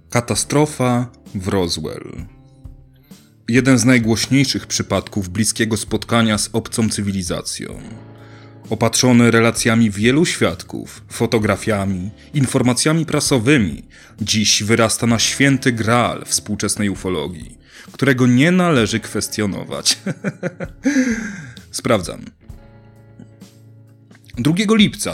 Katastrofa w Roswell. Jeden z najgłośniejszych przypadków bliskiego spotkania z obcą cywilizacją. Opatrzony relacjami wielu świadków, fotografiami, informacjami prasowymi, dziś wyrasta na święty graal współczesnej ufologii, którego nie należy kwestionować. Sprawdzam. 2 lipca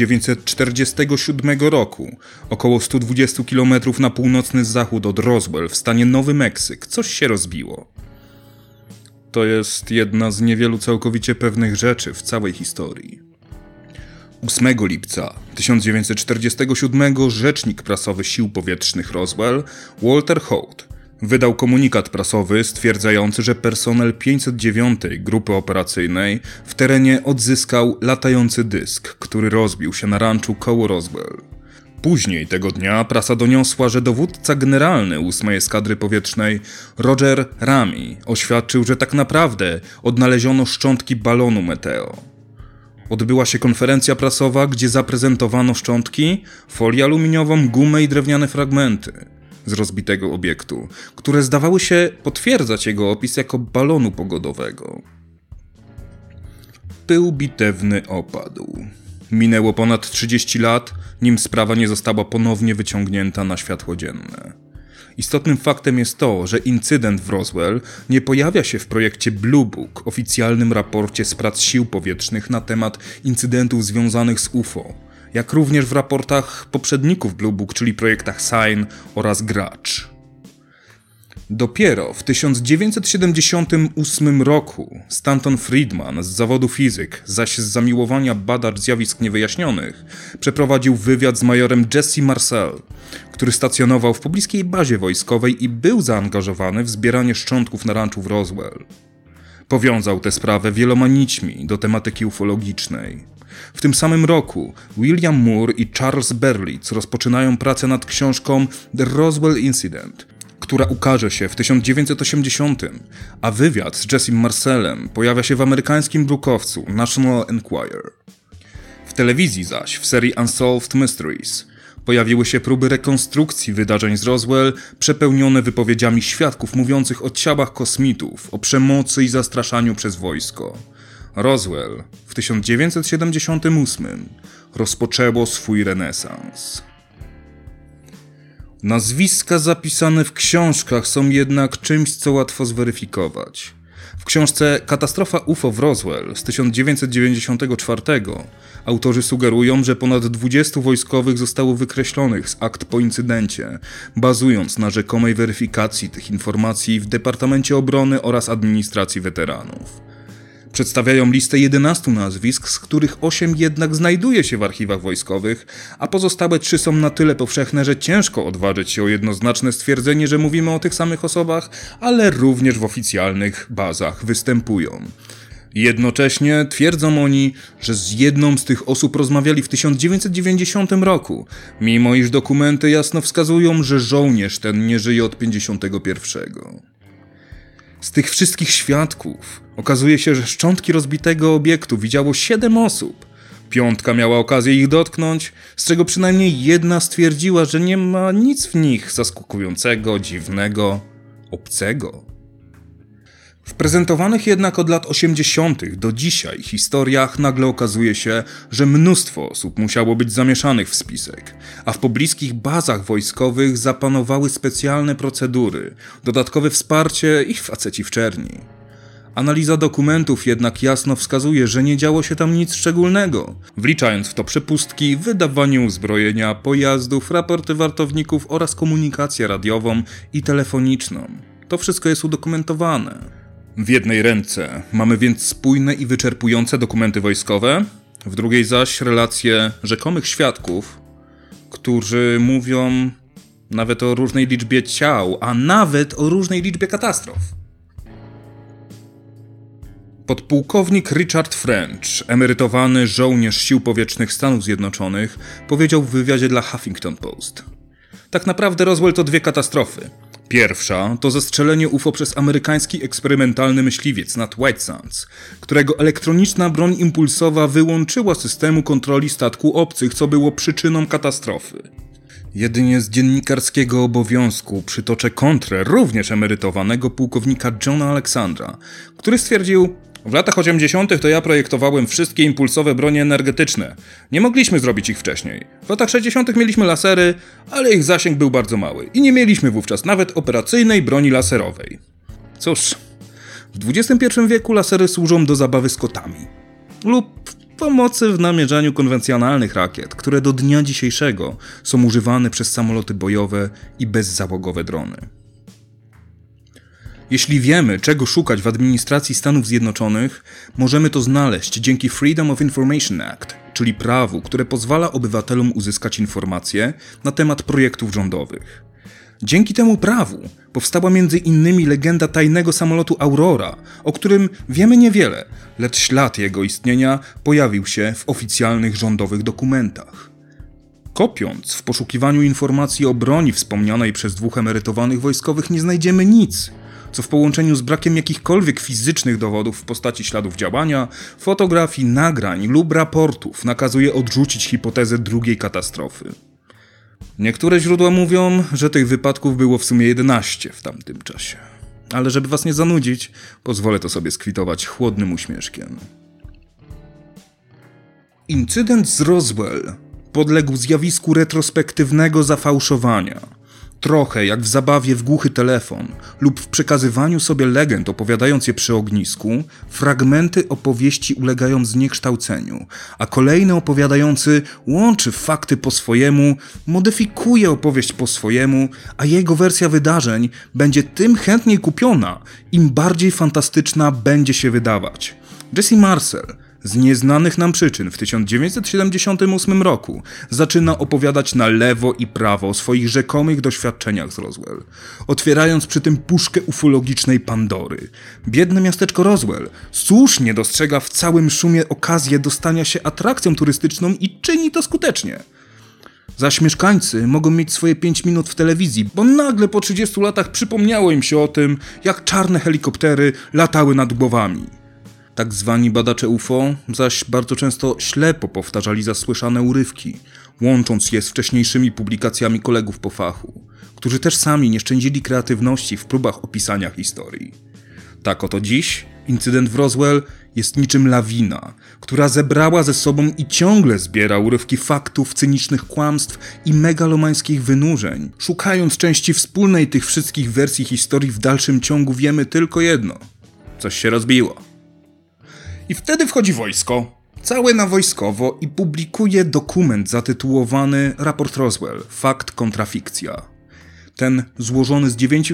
1947 roku, około 120 km na północny zachód od Roswell w stanie Nowy Meksyk, coś się rozbiło. To jest jedna z niewielu całkowicie pewnych rzeczy w całej historii. 8 lipca 1947 rzecznik prasowy Sił Powietrznych Roswell, Walter Haut, wydał komunikat prasowy stwierdzający, że personel 509 Grupy Operacyjnej w terenie odzyskał latający dysk, który rozbił się na ranczu koło Roswell. Później tego dnia prasa doniosła, że dowódca generalny 8 Eskadry Powietrznej Roger Ramey oświadczył, że tak naprawdę odnaleziono szczątki balonu Meteo. Odbyła się konferencja prasowa, gdzie zaprezentowano szczątki, folię aluminiową, gumę i drewniane fragmenty z rozbitego obiektu, które zdawały się potwierdzać jego opis jako balonu pogodowego. Pył bitewny opadł. Minęło ponad 30 lat, nim sprawa nie została ponownie wyciągnięta na światło dzienne. Istotnym faktem jest to, że incydent w Roswell nie pojawia się w projekcie Blue Book, oficjalnym raporcie z prac sił powietrznych na temat incydentów związanych z UFO, jak również w raportach poprzedników Blue Book, czyli projektach Sign oraz Grudge. Dopiero w 1978 roku Stanton Friedman z zawodu fizyk, zaś z zamiłowania badacz zjawisk niewyjaśnionych, przeprowadził wywiad z majorem Jesse Marcel, który stacjonował w pobliskiej bazie wojskowej i był zaangażowany w zbieranie szczątków na ranczu w Roswell. Powiązał tę sprawę wieloma nićmi do tematyki ufologicznej. W tym samym roku William Moore i Charles Berlitz rozpoczynają pracę nad książką The Roswell Incident, która ukaże się w 1980, a wywiad z Jessim Marcelem pojawia się w amerykańskim drukowcu National Enquirer. W telewizji zaś, w serii Unsolved Mysteries, pojawiły się próby rekonstrukcji wydarzeń z Roswell, przepełnione wypowiedziami świadków mówiących o ciałach kosmitów, o przemocy i zastraszaniu przez wojsko. Roswell w 1978 rozpoczęło swój renesans. Nazwiska zapisane w książkach są jednak czymś, co łatwo zweryfikować. W książce Katastrofa UFO w Roswell z 1994 autorzy sugerują, że ponad 20 wojskowych zostało wykreślonych z akt po incydencie, bazując na rzekomej weryfikacji tych informacji w Departamencie Obrony oraz Administracji Weteranów. Przedstawiają listę 11 nazwisk, z których 8 jednak znajduje się w archiwach wojskowych, a pozostałe 3 są na tyle powszechne, że ciężko odważyć się o jednoznaczne stwierdzenie, że mówimy o tych samych osobach, ale również w oficjalnych bazach występują. Jednocześnie twierdzą oni, że z jedną z tych osób rozmawiali w 1990 roku, mimo iż dokumenty jasno wskazują, że żołnierz ten nie żyje od 51. Z tych wszystkich świadków okazuje się, że szczątki rozbitego obiektu widziało 7 osób. 5 miała okazję ich dotknąć, z czego przynajmniej jedna stwierdziła, że nie ma nic w nich zaskakującego, dziwnego, obcego. W prezentowanych jednak od lat 80. do dzisiaj historiach nagle okazuje się, że mnóstwo osób musiało być zamieszanych w spisek, a w pobliskich bazach wojskowych zapanowały specjalne procedury, dodatkowe wsparcie i faceci w czerni. Analiza dokumentów jednak jasno wskazuje, że nie działo się tam nic szczególnego, wliczając w to przepustki, wydawanie uzbrojenia, pojazdów, raporty wartowników oraz komunikację radiową i telefoniczną. To wszystko jest udokumentowane. W jednej ręce mamy więc spójne i wyczerpujące dokumenty wojskowe, w drugiej zaś relacje rzekomych świadków, którzy mówią nawet o różnej liczbie ciał, a nawet o różnej liczbie katastrof. Podpułkownik Richard French, emerytowany żołnierz Sił Powietrznych Stanów Zjednoczonych, powiedział w wywiadzie dla Huffington Post: tak naprawdę Roswell to 2 katastrofy. Pierwsza to zestrzelenie UFO przez amerykański eksperymentalny myśliwiec nad White Sands, którego elektroniczna broń impulsowa wyłączyła systemu kontroli statku obcych, co było przyczyną katastrofy. Jedynie z dziennikarskiego obowiązku przytoczę kontrę również emerytowanego pułkownika Johna Alexandra, który stwierdził: w latach 80. to ja projektowałem wszystkie impulsowe bronie energetyczne. Nie mogliśmy zrobić ich wcześniej. W latach 60. mieliśmy lasery, ale ich zasięg był bardzo mały i nie mieliśmy wówczas nawet operacyjnej broni laserowej. Cóż, w XXI wieku lasery służą do zabawy z kotami lub pomocy w namierzaniu konwencjonalnych rakiet, które do dnia dzisiejszego są używane przez samoloty bojowe i bezzałogowe drony. Jeśli wiemy, czego szukać w administracji Stanów Zjednoczonych, możemy to znaleźć dzięki Freedom of Information Act, czyli prawu, które pozwala obywatelom uzyskać informacje na temat projektów rządowych. Dzięki temu prawu powstała m.in. legenda tajnego samolotu Aurora, o którym wiemy niewiele, lecz ślad jego istnienia pojawił się w oficjalnych rządowych dokumentach. Kopiąc w poszukiwaniu informacji o broni wspomnianej przez dwóch emerytowanych wojskowych nie znajdziemy nic, co w połączeniu z brakiem jakichkolwiek fizycznych dowodów w postaci śladów działania, fotografii, nagrań lub raportów nakazuje odrzucić hipotezę drugiej katastrofy. Niektóre źródła mówią, że tych wypadków było w sumie 11 w tamtym czasie. Ale żeby was nie zanudzić, pozwolę to sobie skwitować chłodnym uśmieszkiem. Incydent z Roswell podległ zjawisku retrospektywnego zafałszowania. Trochę jak w zabawie w głuchy telefon lub w przekazywaniu sobie legend opowiadając je przy ognisku, fragmenty opowieści ulegają zniekształceniu, a kolejny opowiadający łączy fakty po swojemu, modyfikuje opowieść po swojemu, a jego wersja wydarzeń będzie tym chętniej kupiona, im bardziej fantastyczna będzie się wydawać. Jesse Marcel z nieznanych nam przyczyn w 1978 roku zaczyna opowiadać na lewo i prawo o swoich rzekomych doświadczeniach z Roswell, otwierając przy tym puszkę ufologicznej Pandory. Biedne miasteczko Roswell słusznie dostrzega w całym szumie okazję do stania się atrakcją turystyczną i czyni to skutecznie. Zaś mieszkańcy mogą mieć swoje 5 minut w telewizji, bo nagle po 30 latach przypomniało im się o tym, jak czarne helikoptery latały nad głowami. Tak zwani badacze UFO zaś bardzo często ślepo powtarzali zasłyszane urywki, łącząc je z wcześniejszymi publikacjami kolegów po fachu, którzy też sami nie szczędzili kreatywności w próbach opisania historii. Tak oto dziś incydent w Roswell jest niczym lawina, która zebrała ze sobą i ciągle zbiera urywki faktów, cynicznych kłamstw i megalomańskich wynurzeń. Szukając części wspólnej tych wszystkich wersji historii w dalszym ciągu wiemy tylko jedno. Coś się rozbiło. I wtedy wchodzi wojsko, całe na wojskowo i publikuje dokument zatytułowany Raport Roswell – Fakt kontra fikcja. Ten złożony z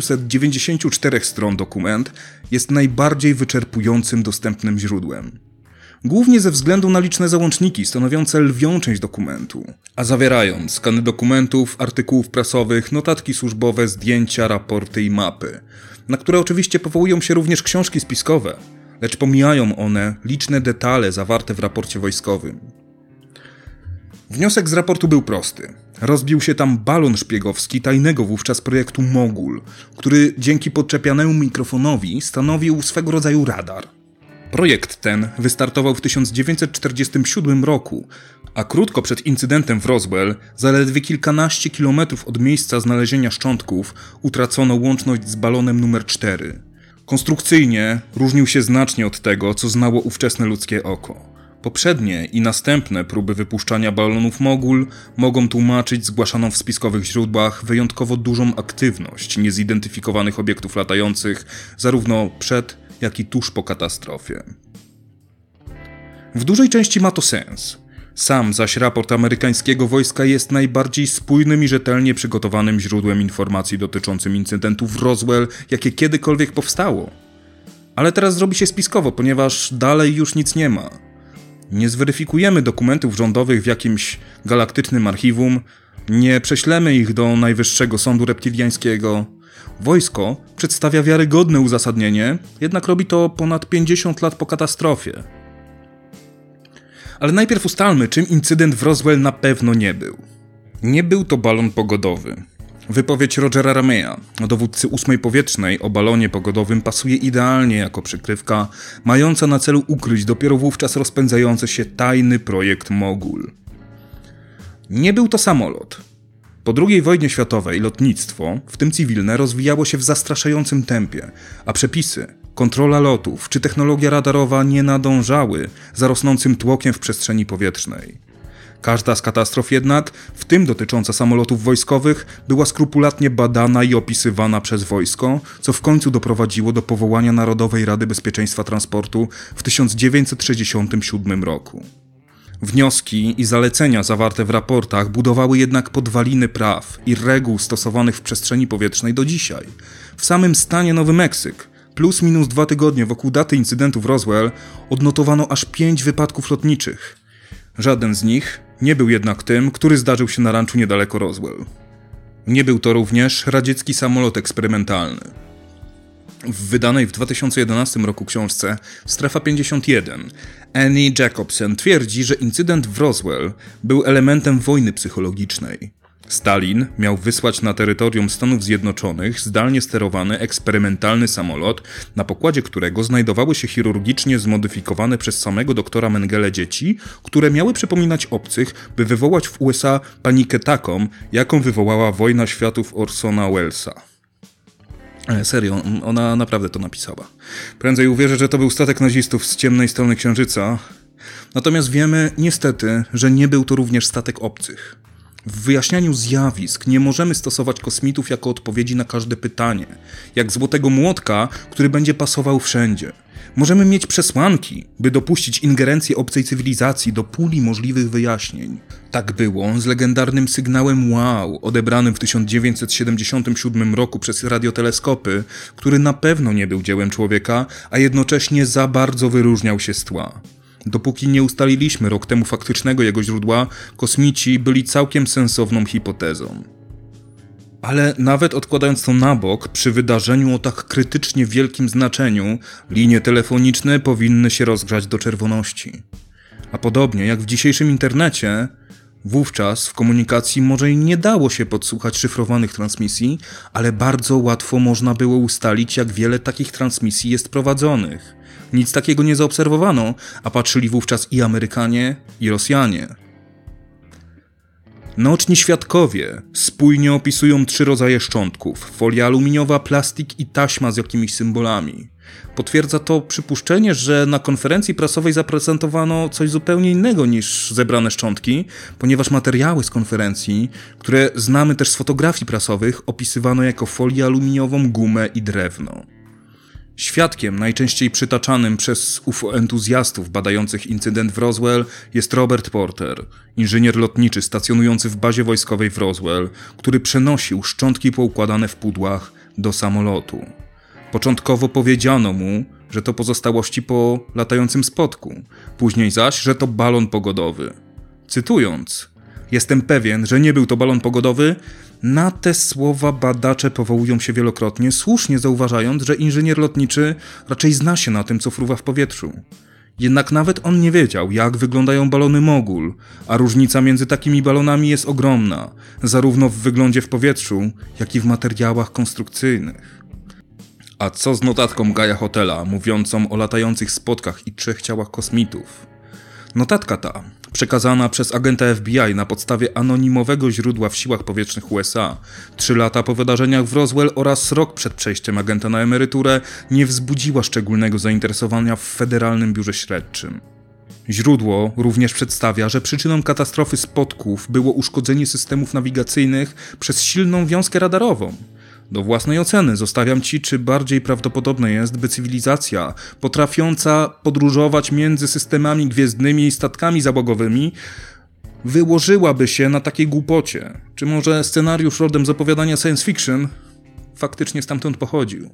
994 stron dokument jest najbardziej wyczerpującym dostępnym źródłem. Głównie ze względu na liczne załączniki stanowiące lwią część dokumentu, a zawierają skany dokumentów, artykułów prasowych, notatki służbowe, zdjęcia, raporty i mapy, na które oczywiście powołują się również książki spiskowe, lecz pomijają one liczne detale zawarte w raporcie wojskowym. Wniosek z raportu był prosty. Rozbił się tam balon szpiegowski tajnego wówczas projektu Mogul, który dzięki podczepianemu mikrofonowi stanowił swego rodzaju radar. Projekt ten wystartował w 1947 roku, a krótko przed incydentem w Roswell, zaledwie kilkanaście kilometrów od miejsca znalezienia szczątków, utracono łączność z balonem numer 4. Konstrukcyjnie różnił się znacznie od tego, co znało ówczesne ludzkie oko. Poprzednie i następne próby wypuszczania balonów Mogul mogą tłumaczyć zgłaszaną w spiskowych źródłach wyjątkowo dużą aktywność niezidentyfikowanych obiektów latających zarówno przed, jak i tuż po katastrofie. W dużej części ma to sens. Sam zaś raport amerykańskiego wojska jest najbardziej spójnym i rzetelnie przygotowanym źródłem informacji dotyczącym incydentu w Roswell, jakie kiedykolwiek powstało. Ale teraz zrobi się spiskowo, ponieważ dalej już nic nie ma. Nie zweryfikujemy dokumentów rządowych w jakimś galaktycznym archiwum, nie prześlemy ich do Najwyższego Sądu Reptiliańskiego. Wojsko przedstawia wiarygodne uzasadnienie, jednak robi to ponad 50 lat po katastrofie. Ale najpierw ustalmy, czym incydent w Roswell na pewno nie był. Nie był to balon pogodowy. Wypowiedź Rogera Ramea, dowódcy 8. Powietrznej, o balonie pogodowym pasuje idealnie jako przykrywka, mająca na celu ukryć dopiero wówczas rozpędzający się tajny projekt Mogul. Nie był to samolot. Po II wojnie światowej lotnictwo, w tym cywilne, rozwijało się w zastraszającym tempie, a przepisy, kontrola lotów czy technologia radarowa nie nadążały za rosnącym tłokiem w przestrzeni powietrznej. Każda z katastrof jednak, w tym dotycząca samolotów wojskowych, była skrupulatnie badana i opisywana przez wojsko, co w końcu doprowadziło do powołania Narodowej Rady Bezpieczeństwa Transportu w 1967 roku. Wnioski i zalecenia zawarte w raportach budowały jednak podwaliny praw i reguł stosowanych w przestrzeni powietrznej do dzisiaj. W samym stanie Nowy Meksyk, plus minus 2 tygodnie wokół daty incydentu w Roswell, odnotowano aż 5 wypadków lotniczych. Żaden z nich nie był jednak tym, który zdarzył się na ranczu niedaleko Roswell. Nie był to również radziecki samolot eksperymentalny. W wydanej w 2011 roku książce Strefa 51 Annie Jacobsen twierdzi, że incydent w Roswell był elementem wojny psychologicznej. Stalin miał wysłać na terytorium Stanów Zjednoczonych zdalnie sterowany eksperymentalny samolot, na pokładzie którego znajdowały się chirurgicznie zmodyfikowane przez samego doktora Mengele dzieci, które miały przypominać obcych, by wywołać w USA panikę taką, jaką wywołała Wojna Światów Orsona Wellesa. Serio, ona naprawdę to napisała. Prędzej uwierzę, że to był statek nazistów z ciemnej strony Księżyca. Natomiast wiemy, niestety, że nie był to również statek obcych. W wyjaśnianiu zjawisk nie możemy stosować kosmitów jako odpowiedzi na każde pytanie, jak złotego młotka, który będzie pasował wszędzie. Możemy mieć przesłanki, by dopuścić ingerencję obcej cywilizacji do puli możliwych wyjaśnień. Tak było z legendarnym sygnałem wow, odebranym w 1977 roku przez radioteleskopy, który na pewno nie był dziełem człowieka, a jednocześnie za bardzo wyróżniał się z tła. Dopóki nie ustaliliśmy rok temu faktycznego jego źródła, kosmici byli całkiem sensowną hipotezą. Ale nawet odkładając to na bok, przy wydarzeniu o tak krytycznie wielkim znaczeniu, linie telefoniczne powinny się rozgrzać do czerwoności. A podobnie jak w dzisiejszym internecie, wówczas w komunikacji może i nie dało się podsłuchać szyfrowanych transmisji, ale bardzo łatwo można było ustalić, jak wiele takich transmisji jest prowadzonych. Nic takiego nie zaobserwowano, a patrzyli wówczas i Amerykanie, i Rosjanie. Naoczni świadkowie spójnie opisują 3 rodzaje szczątków: folia aluminiowa, plastik i taśma z jakimiś symbolami. Potwierdza to przypuszczenie, że na konferencji prasowej zaprezentowano coś zupełnie innego niż zebrane szczątki, ponieważ materiały z konferencji, które znamy też z fotografii prasowych, opisywano jako folię aluminiową, gumę i drewno. Świadkiem najczęściej przytaczanym przez UFO-entuzjastów badających incydent w Roswell jest Robert Porter, inżynier lotniczy stacjonujący w bazie wojskowej w Roswell, który przenosił szczątki poukładane w pudłach do samolotu. Początkowo powiedziano mu, że to pozostałości po latającym spotku, później zaś, że to balon pogodowy. Cytując: jestem pewien, że nie był to balon pogodowy. Na te słowa badacze powołują się wielokrotnie, słusznie zauważając, że inżynier lotniczy raczej zna się na tym, co fruwa w powietrzu. Jednak nawet on nie wiedział, jak wyglądają balony Mogul, a różnica między takimi balonami jest ogromna, zarówno w wyglądzie w powietrzu, jak i w materiałach konstrukcyjnych. A co z notatką Gaja Hotela, mówiącą o latających spotkach i 3 ciałach kosmitów? Notatka ta, przekazana przez agenta FBI na podstawie anonimowego źródła w siłach powietrznych USA, 3 lata po wydarzeniach w Roswell oraz rok przed przejściem agenta na emeryturę, nie wzbudziła szczególnego zainteresowania w Federalnym Biurze Śledczym. Źródło również przedstawia, że przyczyną katastrofy spotków było uszkodzenie systemów nawigacyjnych przez silną wiązkę radarową. Do własnej oceny zostawiam Ci, czy bardziej prawdopodobne jest, by cywilizacja potrafiąca podróżować między systemami gwiezdnymi i statkami załogowymi wyłożyłaby się na takiej głupocie. Czy może scenariusz rodem z opowiadania science fiction faktycznie stamtąd pochodził?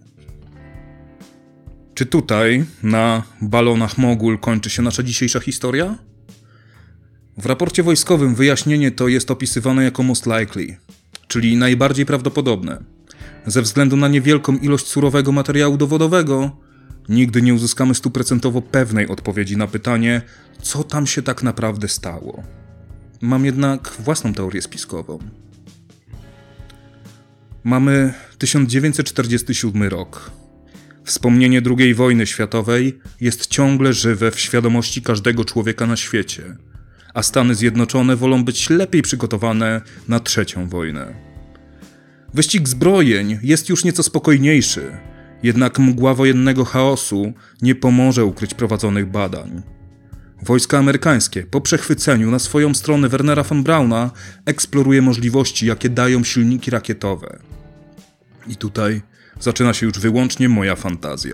Czy tutaj, na balonach Mogul, kończy się nasza dzisiejsza historia? W raporcie wojskowym wyjaśnienie to jest opisywane jako most likely, czyli najbardziej prawdopodobne. Ze względu na niewielką ilość surowego materiału dowodowego, nigdy nie uzyskamy 100% pewnej odpowiedzi na pytanie, co tam się tak naprawdę stało. Mam jednak własną teorię spiskową. Mamy 1947 rok. Wspomnienie II wojny światowej jest ciągle żywe w świadomości każdego człowieka na świecie. a Stany Zjednoczone wolą być lepiej przygotowane na trzecią wojnę. Wyścig zbrojeń jest już nieco spokojniejszy, jednak mgła wojennego chaosu nie pomoże ukryć prowadzonych badań. Wojska amerykańskie, po przechwyceniu na swoją stronę Wernera von Brauna, eksploruje możliwości, jakie dają silniki rakietowe. I tutaj zaczyna się już wyłącznie moja fantazja.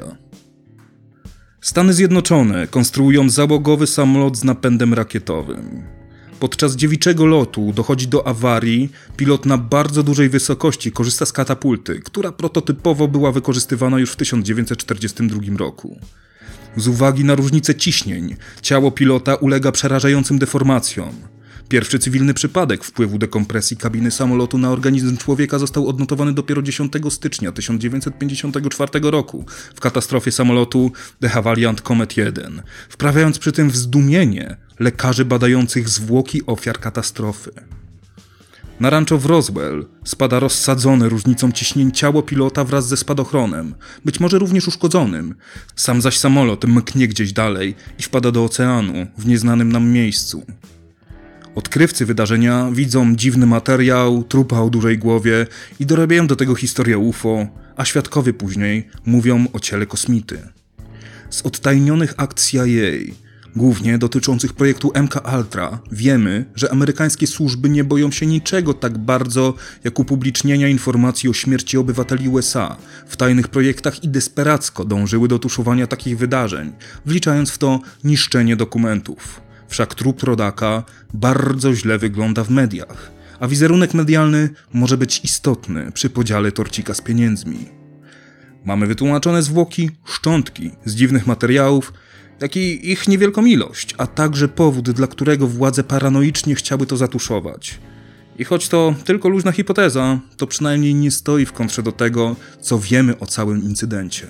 Stany Zjednoczone konstruują załogowy samolot z napędem rakietowym. Podczas dziewiczego lotu dochodzi do awarii, pilot na bardzo dużej wysokości korzysta z katapulty, która prototypowo była wykorzystywana już w 1942 roku. Z uwagi na różnicę ciśnień, ciało pilota ulega przerażającym deformacjom. Pierwszy cywilny przypadek wpływu dekompresji kabiny samolotu na organizm człowieka został odnotowany dopiero 10 stycznia 1954 roku w katastrofie samolotu The Havilland Comet 1, wprawiając przy tym w zdumienie lekarzy badających zwłoki ofiar katastrofy. Na rancho w Roswell spada rozsadzone różnicą ciśnień ciało pilota wraz ze spadochronem, być może również uszkodzonym. Sam zaś samolot mknie gdzieś dalej i wpada do oceanu w nieznanym nam miejscu. Odkrywcy wydarzenia widzą dziwny materiał, trupa o dużej głowie i dorabiają do tego historię UFO, a świadkowie później mówią o ciele kosmity. Z odtajnionych akt CIA, głównie dotyczących projektu MKUltra, wiemy, że amerykańskie służby nie boją się niczego tak bardzo jak upublicznienia informacji o śmierci obywateli USA w tajnych projektach i desperacko dążyły do tuszowania takich wydarzeń, wliczając w to niszczenie dokumentów. Wszak trup rodaka bardzo źle wygląda w mediach, a wizerunek medialny może być istotny przy podziale torcika z pieniędzmi. Mamy wytłumaczone zwłoki, szczątki z dziwnych materiałów, jak i ich niewielką ilość, a także powód, dla którego władze paranoicznie chciały to zatuszować. I choć to tylko luźna hipoteza, to przynajmniej nie stoi w kontrze do tego, co wiemy o całym incydencie.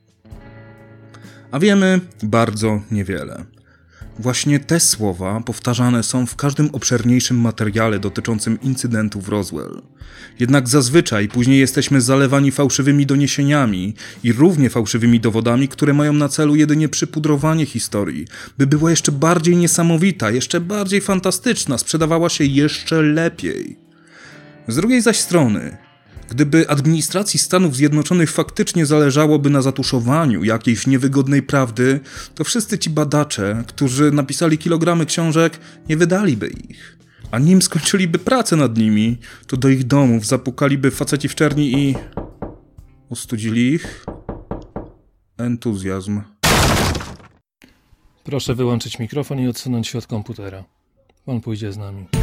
A wiemy bardzo niewiele. Właśnie te słowa powtarzane są w każdym obszerniejszym materiale dotyczącym incydentu w Roswell. Jednak zazwyczaj później jesteśmy zalewani fałszywymi doniesieniami i równie fałszywymi dowodami, które mają na celu jedynie przypudrowanie historii, by była jeszcze bardziej niesamowita, jeszcze bardziej fantastyczna, sprzedawała się jeszcze lepiej. Z drugiej zaś strony, gdyby administracji Stanów Zjednoczonych faktycznie zależałoby na zatuszowaniu jakiejś niewygodnej prawdy, to wszyscy ci badacze, którzy napisali kilogramy książek, nie wydaliby ich. A nim skończyliby pracę nad nimi, to do ich domów zapukaliby faceci w czerni i ostudzili ich entuzjazm. Proszę wyłączyć mikrofon i odsunąć się od komputera. Pan pójdzie z nami.